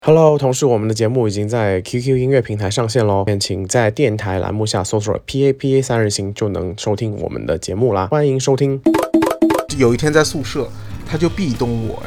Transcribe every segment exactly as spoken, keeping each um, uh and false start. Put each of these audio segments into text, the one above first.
Hello， 同时我们的节目已经在 Q Q 音乐平台上线咯，请在电台栏目下搜索 P A P A 三人行就能收听我们的节目啦，欢迎收听。 有一天在宿舍，他就壁咚我，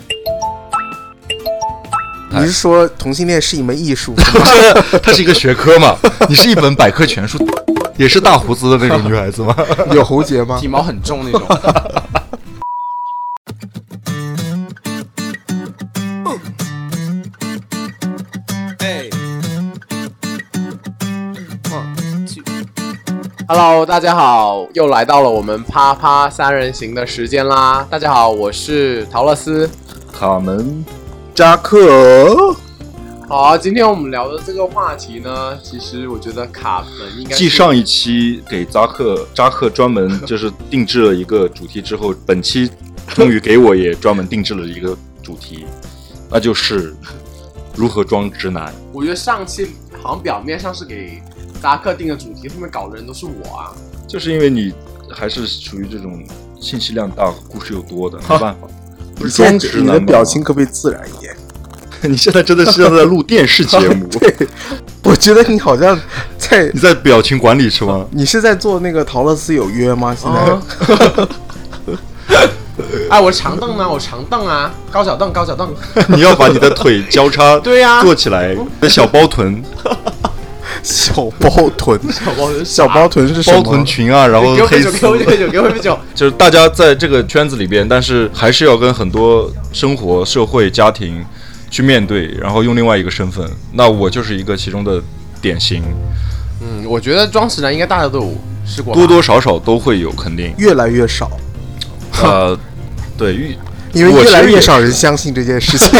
哎，你是说同性恋是一门艺术？ 它是一个学科嘛？你是一本百科全书，也是大胡子的那种女孩子吗？ 有喉结吗？ 体毛很重那种。Hello， 大家好，又来到了我们啪啪三人行的时间啦！大家好，我是陶乐斯， 卡门，扎克。 好，今天我们聊的这个话题呢，其实我觉得卡门应该继上一期给扎克扎克专门就是定制了一个主题之后，本期终于给我也专门定制了一个主题，那就是如何装直男。 我觉得上期好像表面上是给扎克定的主题，后面搞的人都是我啊。 就是因为你还是属于这种信息量大、故事又多的，没办法。 不是装直男，你的表情可不可以自然一点？ 你现在真的是在录电视节目。 对，我觉得你好像在你在表情管理是吗？ 你是在做那个陶乐斯有约吗？现在。 啊哎，我长凳呢？我长凳啊，高脚凳，高脚凳。 你要把你的腿交叉， 对呀、啊， 坐起来，小包臀。 小包臀， 小包臀， 小包臀是什么？ 包臀裙啊，然后黑丝。 给我杯酒，给我杯酒，给我杯酒。 就是大家在这个圈子里边，但是还是要跟很多生活、社会、家庭去面对，然后用另外一个身份。那我就是一个其中的典型。 嗯，我觉得装直男应该大家都有试过， 多多少少都会有，肯定。 越来越少。 呃，对， 因为越来越少人相信这件事情。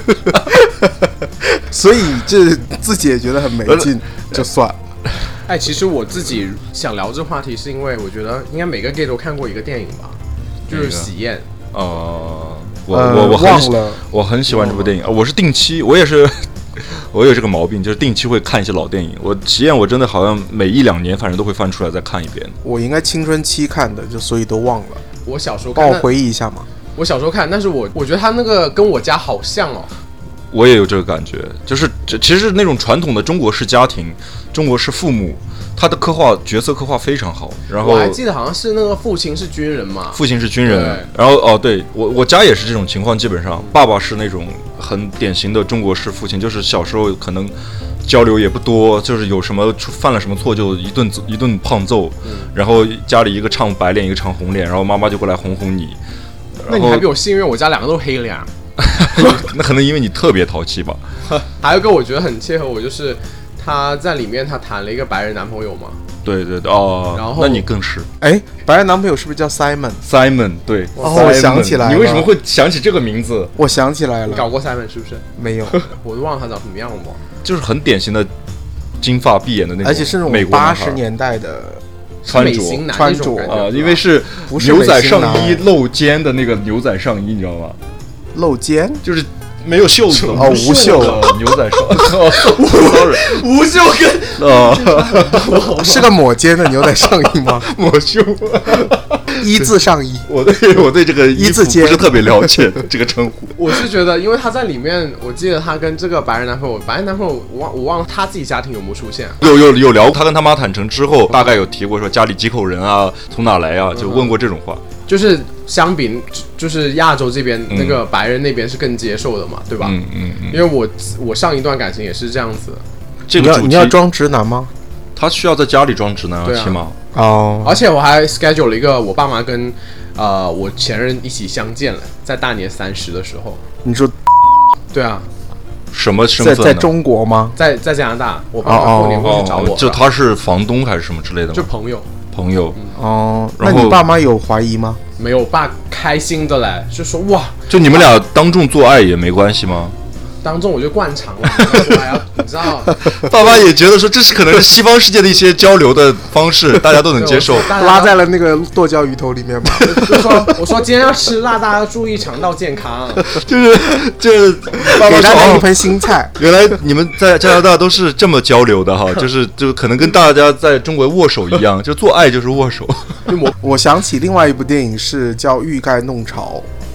所以这自己也觉得很没劲，就算了。 哎，其实我自己想聊这话题，是因为我觉得应该每个 gay 都看过一个电影吧，就是《喜宴》。 呃，我我我很我很喜欢这部电影，我是定期，我也是，我有这个毛病，就是定期会看一些老电影。我《喜宴》我真的好像每一两年，反正都会翻出来再看一遍。 我应该青春期看的，就所以都忘了。 我小时候看， 帮我回忆一下嘛。 我小时候看，但是我我觉得他那个跟我家好像哦。 我也有这个感觉，就是其实那种传统的中国式家庭、中国式父母，他的刻画角色刻画非常好。然后我还记得好像是那个父亲是军人嘛， 父亲是军人，然后哦，对我我家也是这种情况，基本上爸爸是那种很典型的中国式父亲，就是小时候可能交流也不多，就是有什么犯了什么错就一顿一顿胖揍，嗯、然后家里一个唱白脸一个唱红脸，然后妈妈就过来哄哄你。 那你还比我幸运，我家两个都黑脸。 那可能因为你特别淘气吧。 还有一个我觉得很切合我，就是他在里面他谈了一个白人男朋友嘛。 对对对哦， 然后那你更是哎，白人男朋友是不是叫 Simon？Simon 对， 哦，我想起来了。 你为什么会想起这个名字？ 我想起来了， 你搞过 Simon 是不是？ 没有， 我都忘了他长什么样了嘛。 就是很典型的金发碧眼的那种， 而且是那种八十年代的。 穿着穿着啊、呃，因为是牛仔上衣露肩的那个牛仔上衣，你知道吗？ 露肩就是没有袖子哦，无袖牛仔上衣。sorry， 无袖跟哦，是个抹肩的牛仔上衣吗？ 抹袖， 一字上衣。 我对我对这个一字肩不是特别了解这个称呼。 我是觉得，因为他在里面，我记得他跟这个白人男朋友，白人男朋友我忘我忘了他自己家庭有没有出现。 有有有聊，他跟他妈坦诚之后，大概有提过说家里几口人啊，从哪来啊，就问过这种话。 嗯、就是相比，就是亚洲这边、嗯、那个白人那边是更接受的嘛，对吧？ 嗯嗯嗯。 因为我我上一段感情也是这样子。 这个主题你要装直男吗？ 他需要在家里装直男啊，起码哦。 而且我还 schedule 了一个我爸妈跟呃我前任一起相见了，在大年三十的时候。 你说？ 对啊。 什么身份呢？ 在在中国吗？ 在在加拿大，我爸妈过年过去找我。 哦哦、就他是房东还是什么之类的吗？ 就朋友。 朋友。 嗯、哦。那你爸妈有怀疑吗？ 没有，我爸开心的嘞，就说哇。 就你们俩当众做爱也没关系吗？ 当中我就惯常了，你知道， 爸爸也觉得说这是可能是西方世界的一些交流的方式，大家都能接受。 拉在了那个剁椒鱼头里面嘛。 就说我说今天要吃辣，大家要注意肠道健康。 就是就是爸爸说来一盆新菜。 原来你们在加拿大都是这么交流的哈，就是就可能跟大家在中国握手一样，就做爱就是握手。 我想起另外一部电影是叫《欲盖弄潮》。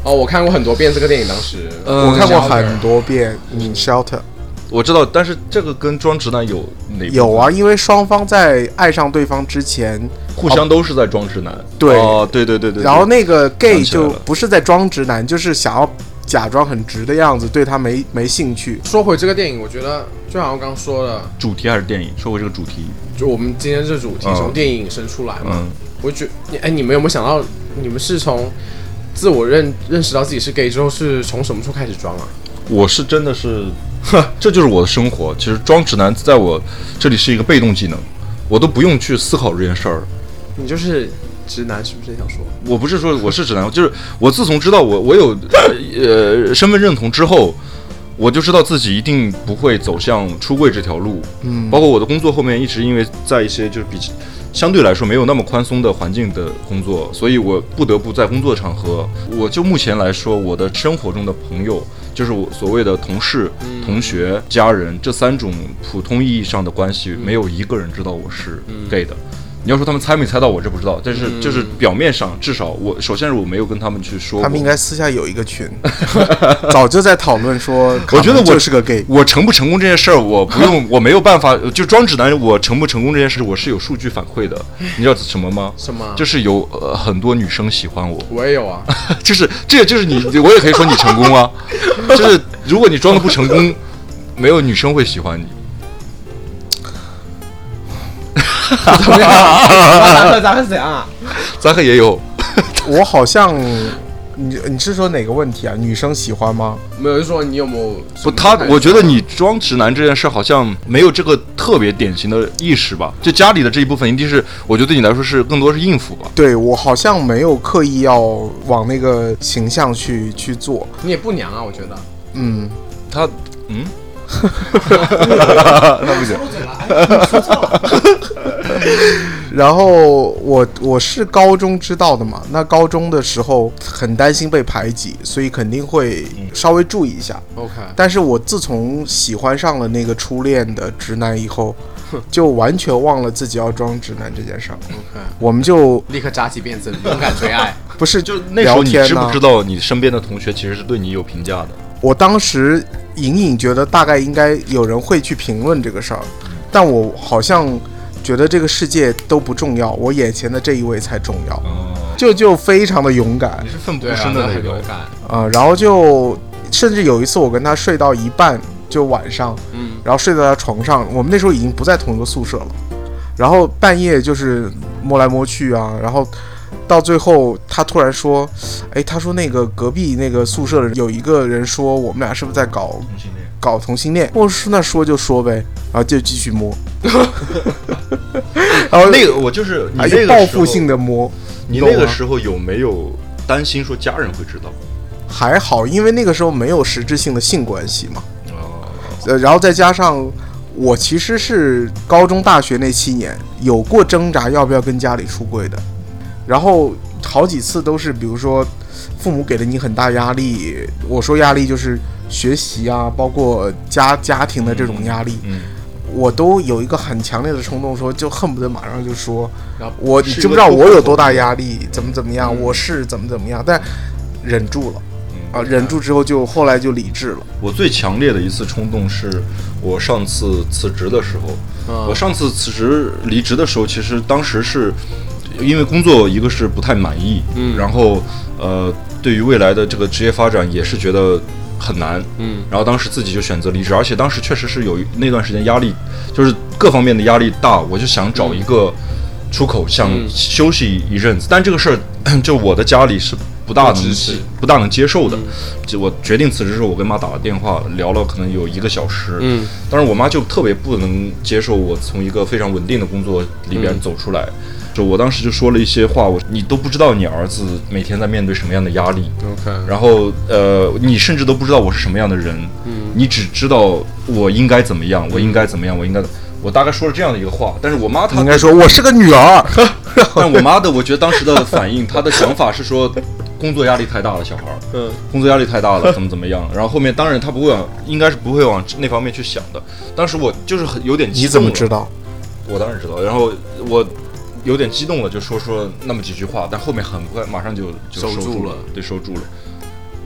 哦，我看过很多遍这个电影，当时、 嗯、我看过很多遍。嗯 ，Shelter， 我知道，但是这个跟装直男有哪？ 有啊，因为双方在爱上对方之前， 互相都是在装直男。 对， 哦，对对对 对, 对。 然后那个 gay 就不是在装直男，就是想要假装很直的样子，对他没没兴趣。 说回这个电影，我觉得就好像刚刚说的， 主题还是电影。说回这个主题， 就我们今天这主题从、嗯、电影引申出来嘛。嗯、我觉得，哎，你们有没有想到，你们是从自我认认识到自己是 gay 之后，是从什么时候开始装啊？ 我是真的是，这就是我的生活。其实装直男在我这里是一个被动技能，我都不用去思考这件事儿。 你就是直男是不是想说？ 我不是说我是直男，就是我自从知道我我有呃身份认同之后，我就知道自己一定不会走向出柜这条路。嗯，包括我的工作后面一直因为在一些就是比相对来说没有那么宽松的环境的工作，所以我不得不在工作场合，我就目前来说，我的生活中的朋友。就是我所谓的同事、同学、家人这三种普通意义上的关系，没有一个人知道我是 gay 的。你要说他们猜没猜到我，这不知道，但是就是表面上，至少我首先是我没有跟他们去说过。 他们应该私下有一个群，早就在讨论说， 我觉得我就是个 gay。 我成不成功这件事儿，我不用，我没有办法，就装直男，我成不成功这件事，我是有数据反馈的。你知道什么吗？ 什么？ 就是有呃很多女生喜欢我。 我也有啊， 就是这个，就是你，我也可以说你成功啊。就是如果你装的不成功，没有女生会喜欢你。 怎么样？咱和咱和怎样啊？ 咱和也有。 我好像，你你是说哪个问题啊？女生喜欢吗？ 没有，就说你有没有？ 不，他我觉得你装直男这件事好像没有这个特别典型的意识吧？就家里的这一部分一定是，我觉得对你来说是更多是应付吧？ 对，我好像没有刻意要往那个形象去去做。 你也不娘啊，我觉得。 嗯， 他嗯。他不行， 说错了。 然后我我是高中知道的嘛，那高中的时候很担心被排挤，所以肯定会稍微注意一下。 OK， 但是我自从喜欢上了那个初恋的直男以后，就完全忘了自己要装直男这件事儿。 OK， 我们就立刻扎起辫子，勇敢追爱。 不是， 就那时候你知不知道你身边的同学其实是对你有评价的？ 我当时隐隐觉得大概应该有人会去评论这个事儿，但我好像觉得这个世界都不重要，我眼前的这一位才重要。哦，就就非常的勇敢。 你是奋不顾身的那种。 啊， 呃，然后就甚至有一次我跟他睡到一半，就晚上，嗯，然后睡在他床上，我们那时候已经不在同一个宿舍了，然后半夜就是摸来摸去啊，然后。到最后，他突然说：“哎，他说那个隔壁那个宿舍的有一个人说我们俩是不是在搞同性恋？ 搞同性恋？”我说：“那说就说呗。”然后就继续摸。 然后那个我就是你那个报复性的摸。 你那个时候有没有担心说家人会知道？ 还好，因为那个时候没有实质性的性关系嘛。哦。呃，然后再加上我其实是高中、大学那七年有过挣扎要不要跟家里出柜的。然后好几次都是，比如说父母给了你很大压力，我说压力就是学习啊，包括家家庭的这种压力，嗯嗯、我都有一个很强烈的冲动说，就恨不得马上就说，我你知不知道我有多大压力，怎么怎么样，嗯、我是怎么怎么样，但忍住了。啊，忍住之后就后来就理智了。 我最强烈的一次冲动是我上次辞职的时候，嗯、我上次辞职离职的时候，其实当时是。因为工作一个是不太满意，嗯，然后呃，对于未来的这个职业发展也是觉得很难，嗯，然后当时自己就选择离职，而且当时确实是有那段时间压力，就是各方面的压力大，我就想找一个出口，想休息一阵子，但这个事儿就我的家里是不大能不大能接受的，就我决定辞职之后，我跟妈打了电话聊了可能有一个小时，嗯，当然我妈就特别不能接受我从一个非常稳定的工作里边走出来。就我当时就说了一些话，我你都不知道你儿子每天在面对什么样的压力 ，OK， 然后呃，你甚至都不知道我是什么样的人，嗯，你只知道我应该怎么样，我应该怎么样，我应该，我大概说了这样的一个话，但是我妈她应该说我是个女儿， 但我妈的我觉得当时的反应，她的想法是说工作压力太大了，小孩，嗯，工作压力太大了，怎么怎么样，然后后面当然她不会往，应该是不会往那方面去想的，当时我就是很有点激动了， 你怎么知道？ 我当然知道，然后我。有点激动了，就说说那么几句话，但后面很快马上就就收住了，对，收住了。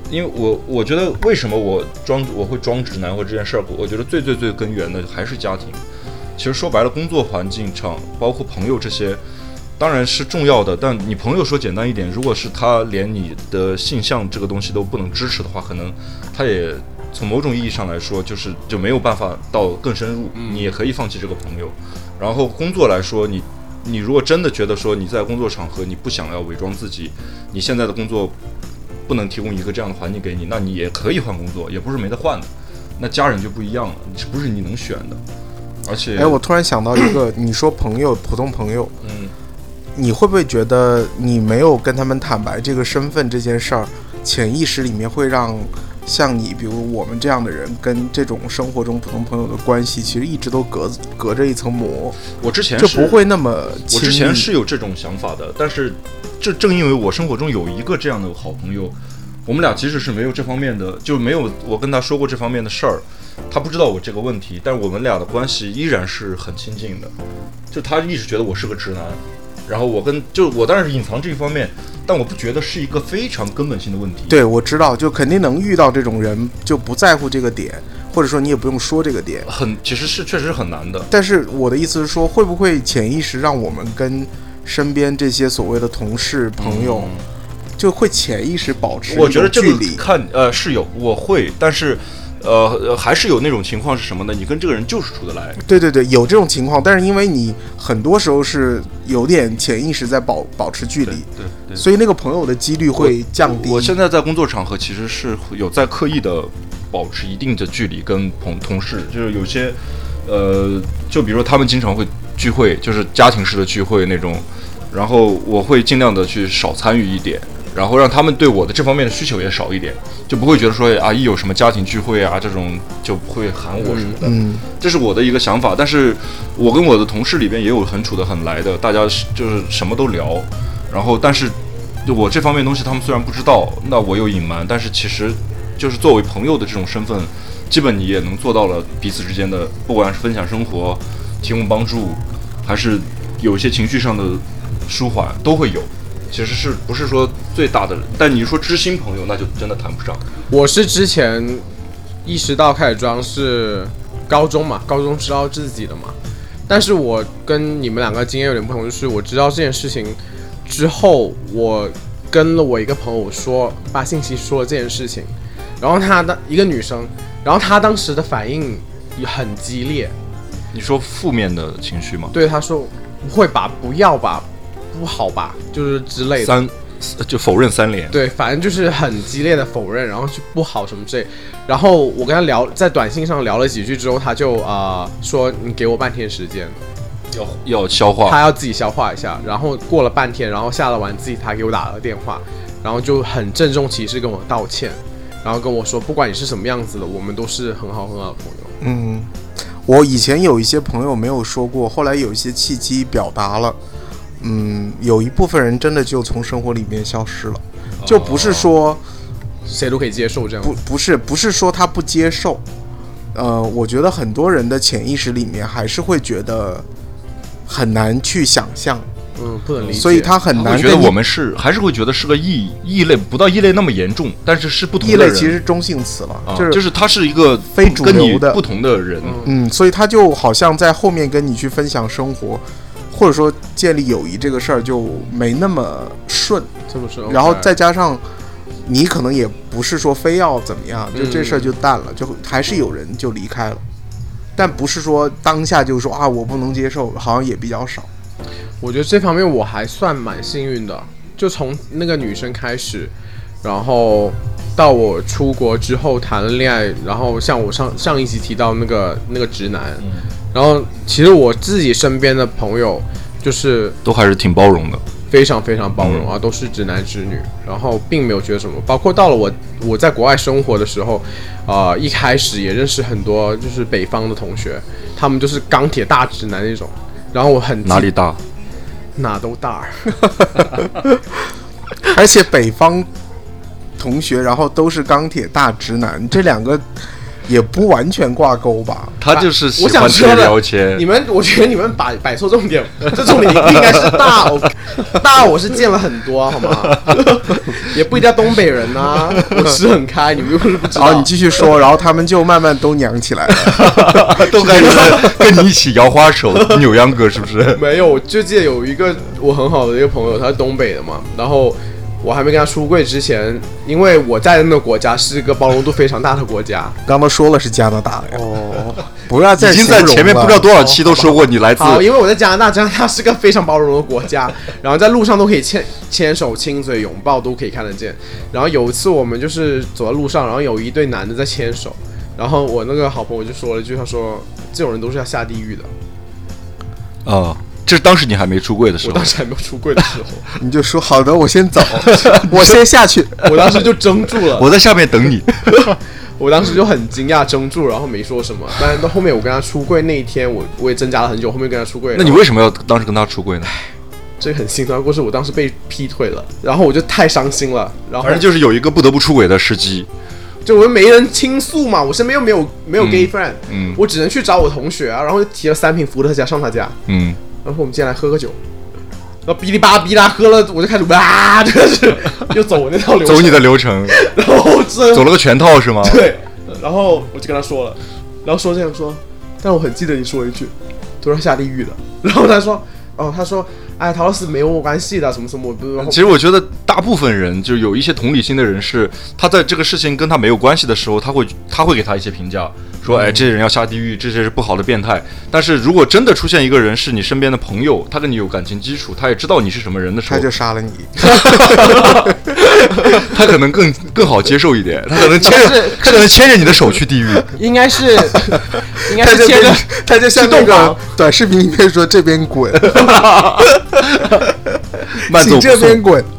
因为我我觉得为什么我装我会装直男或这件事儿，我觉得最最最根源的还是家庭。其实说白了，工作环境上包括朋友这些当然是重要的，但你朋友说简单一点，如果是他连你的性向这个东西都不能支持的话，可能他也从某种意义上来说就是就没有办法到更深入，你也可以放弃这个朋友。然后工作来说，你你如果真的觉得说你在工作场合你不想要伪装自己，你现在的工作不能提供一个这样的环境给你，那你也可以换工作，也不是没得换的。那家人就不一样了，你是不是你能选的？而且， 哎，我突然想到一个，你说朋友，普通朋友， 嗯， 你会不会觉得你没有跟他们坦白这个身份这件事儿，潜意识里面会让像你，比如我们这样的人，跟这种生活中普通朋友的关系，其实一直都隔隔着一层膜。 我之前就不会那么亲密。 我之前是有这种想法的，但是这正因为我生活中有一个这样的好朋友，我们俩即使是没有这方面的，就没有我跟他说过这方面的事儿，他不知道我这个问题，但是我们俩的关系依然是很亲近的。就他一直觉得我是个直男，然后我跟就我当然是隐藏这一方面，但我不觉得是一个非常根本性的问题。 对，我知道，就肯定能遇到这种人，就不在乎这个点，或者说你也不用说这个点， 很其实是确实很难的。 但是我的意思是说，会不会潜意识让我们跟身边这些所谓的同事朋友，嗯、就会潜意识保持距离？ 我觉得这个看呃是有，我会，但是。呃，还是有那种情况是什么呢？你跟这个人就是处得来。 对对对，有这种情况，但是因为你很多时候是有点潜意识在保保持距离， 对 对, 对， 所以那个朋友的几率会降低。 我, 我现在在工作场合其实是有在刻意的保持一定的距离，跟同同事就是有些，呃，就比如说他们经常会聚会，就是家庭式的聚会那种，然后我会尽量的去少参与一点。然后让他们对我的这方面的需求也少一点，就不会觉得说啊，一有什么家庭聚会啊这种就不会喊我什么的。 嗯， 这是我的一个想法。但是我跟我的同事里边也有很处得很来的，大家就是什么都聊。然后，但是我这方面东西他们虽然不知道，那我有隐瞒，但是其实就是作为朋友的这种身份，基本你也能做到了彼此之间的，不管是分享生活、提供帮助，还是有一些情绪上的舒缓，都会有。其实是不是说最大的，但你说知心朋友那就真的谈不上。 我是之前意识到开始装是高中嘛，高中知道自己的嘛，但是我跟你们两个经验有点不同，就是我知道这件事情之后，我跟了我一个朋友说，把信息说了这件事情，然后她的一个女生，然后她当时的反应也很激烈。 你说负面的情绪吗？ 对，她说不会吧，不要吧。不好吧，就是之类的， 三就否认三连， 对，反正就是很激烈的否认，然后就不好什么之类。然后我跟他聊，在短信上聊了几句之后，他就啊、呃、说你给我半天时间， 要要消化， 他要自己消化一下。然后过了半天，然后下了晚自习，他给我打了电话，然后就很郑重其事跟我道歉，然后跟我说，不管你是什么样子的，我们都是很好很好的朋友。 嗯，我以前有一些朋友没有说过，后来有一些契机表达了。嗯，有一部分人真的就从生活里面消失了，就不是说谁都可以接受这样， 不不是不是说他不接受，呃，我觉得很多人的潜意识里面还是会觉得很难去想象， 嗯，不能理解， 所以他很难觉得我们是还是会觉得是个异异类，不到异类那么严重，但是是不同的人。 异类其实是中性词了， 啊、 就是就是他是一个非主流的不同的人， 嗯，所以他就好像在后面跟你去分享生活。或者说建立友谊这个事儿就没那么顺， 这么顺。 然后再加上你可能也不是说非要怎么样，就这事儿就淡了，就还是有人就离开了，但不是说当下就说啊我不能接受，好像也比较少。 我觉得这方面我还算蛮幸运的，就从那个女生开始，然后到我出国之后谈了恋爱，然后像我上上一集提到那个那个直男。嗯，然后其实我自己身边的朋友就是都还是挺包容的， 非常非常包容啊，嗯、都是直男直女，然后并没有觉得什么。包括到了我我在国外生活的时候，呃，一开始也认识很多就是北方的同学，他们就是钢铁大直男那种。然后我很哪里大？ 哪都大， 而且北方同学然后都是钢铁大直男，这两个也不完全挂钩吧。 他就是喜我想欢贴说标签的，。你们我觉得你们摆摆错重点，这重点应该是大我大我是见了很多好吗？也不一定要东北人呐、啊，我吃很开，你们又不是不知道。 然后你继续说，然后他们就慢慢都娘起来了， 都开始跟你一起摇花手、扭秧歌，是不是？ 没有，我就记得有一个我很好的一个朋友，他是东北的嘛，然后我还没跟他出柜之前，因为我在的那个国家是一个包容度非常大的国家。 刚刚说了是加拿大的呀， 哦， 不要再已经在形容前面了不知道多少期都说过你来自。 好，因为我在加拿大，加拿大是个非常包容的国家，然后在路上都可以牵牵手、亲嘴、拥抱都可以看得见。然后有一次我们就是走在路上，然后有一对男的在牵手，然后我那个好朋友就说了一句，他说这种人都是要下地狱的。 哦，这是当时你还没出柜的时候我当。时还没有出柜的时候， 你就说好的，我先走，我先下去。 我当时就怔住了。 我在下面等你。 我当时就很惊讶，怔住，然后没说什么。但是到后面我跟他出柜那一天，我我也挣扎了很久，后面跟他出柜。 那你为什么要当时跟他出柜呢？ 这个很心酸的故事，我当时被劈腿了，然后我就太伤心了。然后反正就是有一个不得不出轨的时机。 就我们没人倾诉嘛，我身边又没有没有 gay friend， 嗯， 我只能去找我同学啊，然后就提了三瓶伏特加上他家， 嗯， 然后我们今天来喝个酒，然后哔哩吧哔啦喝了，我就开始哇，就是又走我那套流程， 走你的流程， 然后这走了个全套是吗？ 对，然后我就跟他说了，然后说这样说，但我很记得你说一句，都要下地狱的，然后他说，哦，他说，哎，陶老师没有我关系的，什么什么，我不。 其实我觉得大部分人就有一些同理心的人是，他在这个事情跟他没有关系的时候，他会他会给他一些评价，说，哎，这些人要下地狱，这些是不好的变态。但是如果真的出现一个人是你身边的朋友，他跟你有感情基础，他也知道你是什么人的时候， 他就杀了你。 他可能更更好接受一点，他可能牵着他可能牵着你的手去地狱。 应该是，应该他就是牵着跟他就像那个短视频里面说这边滚， 慢走不请这边送。 滚。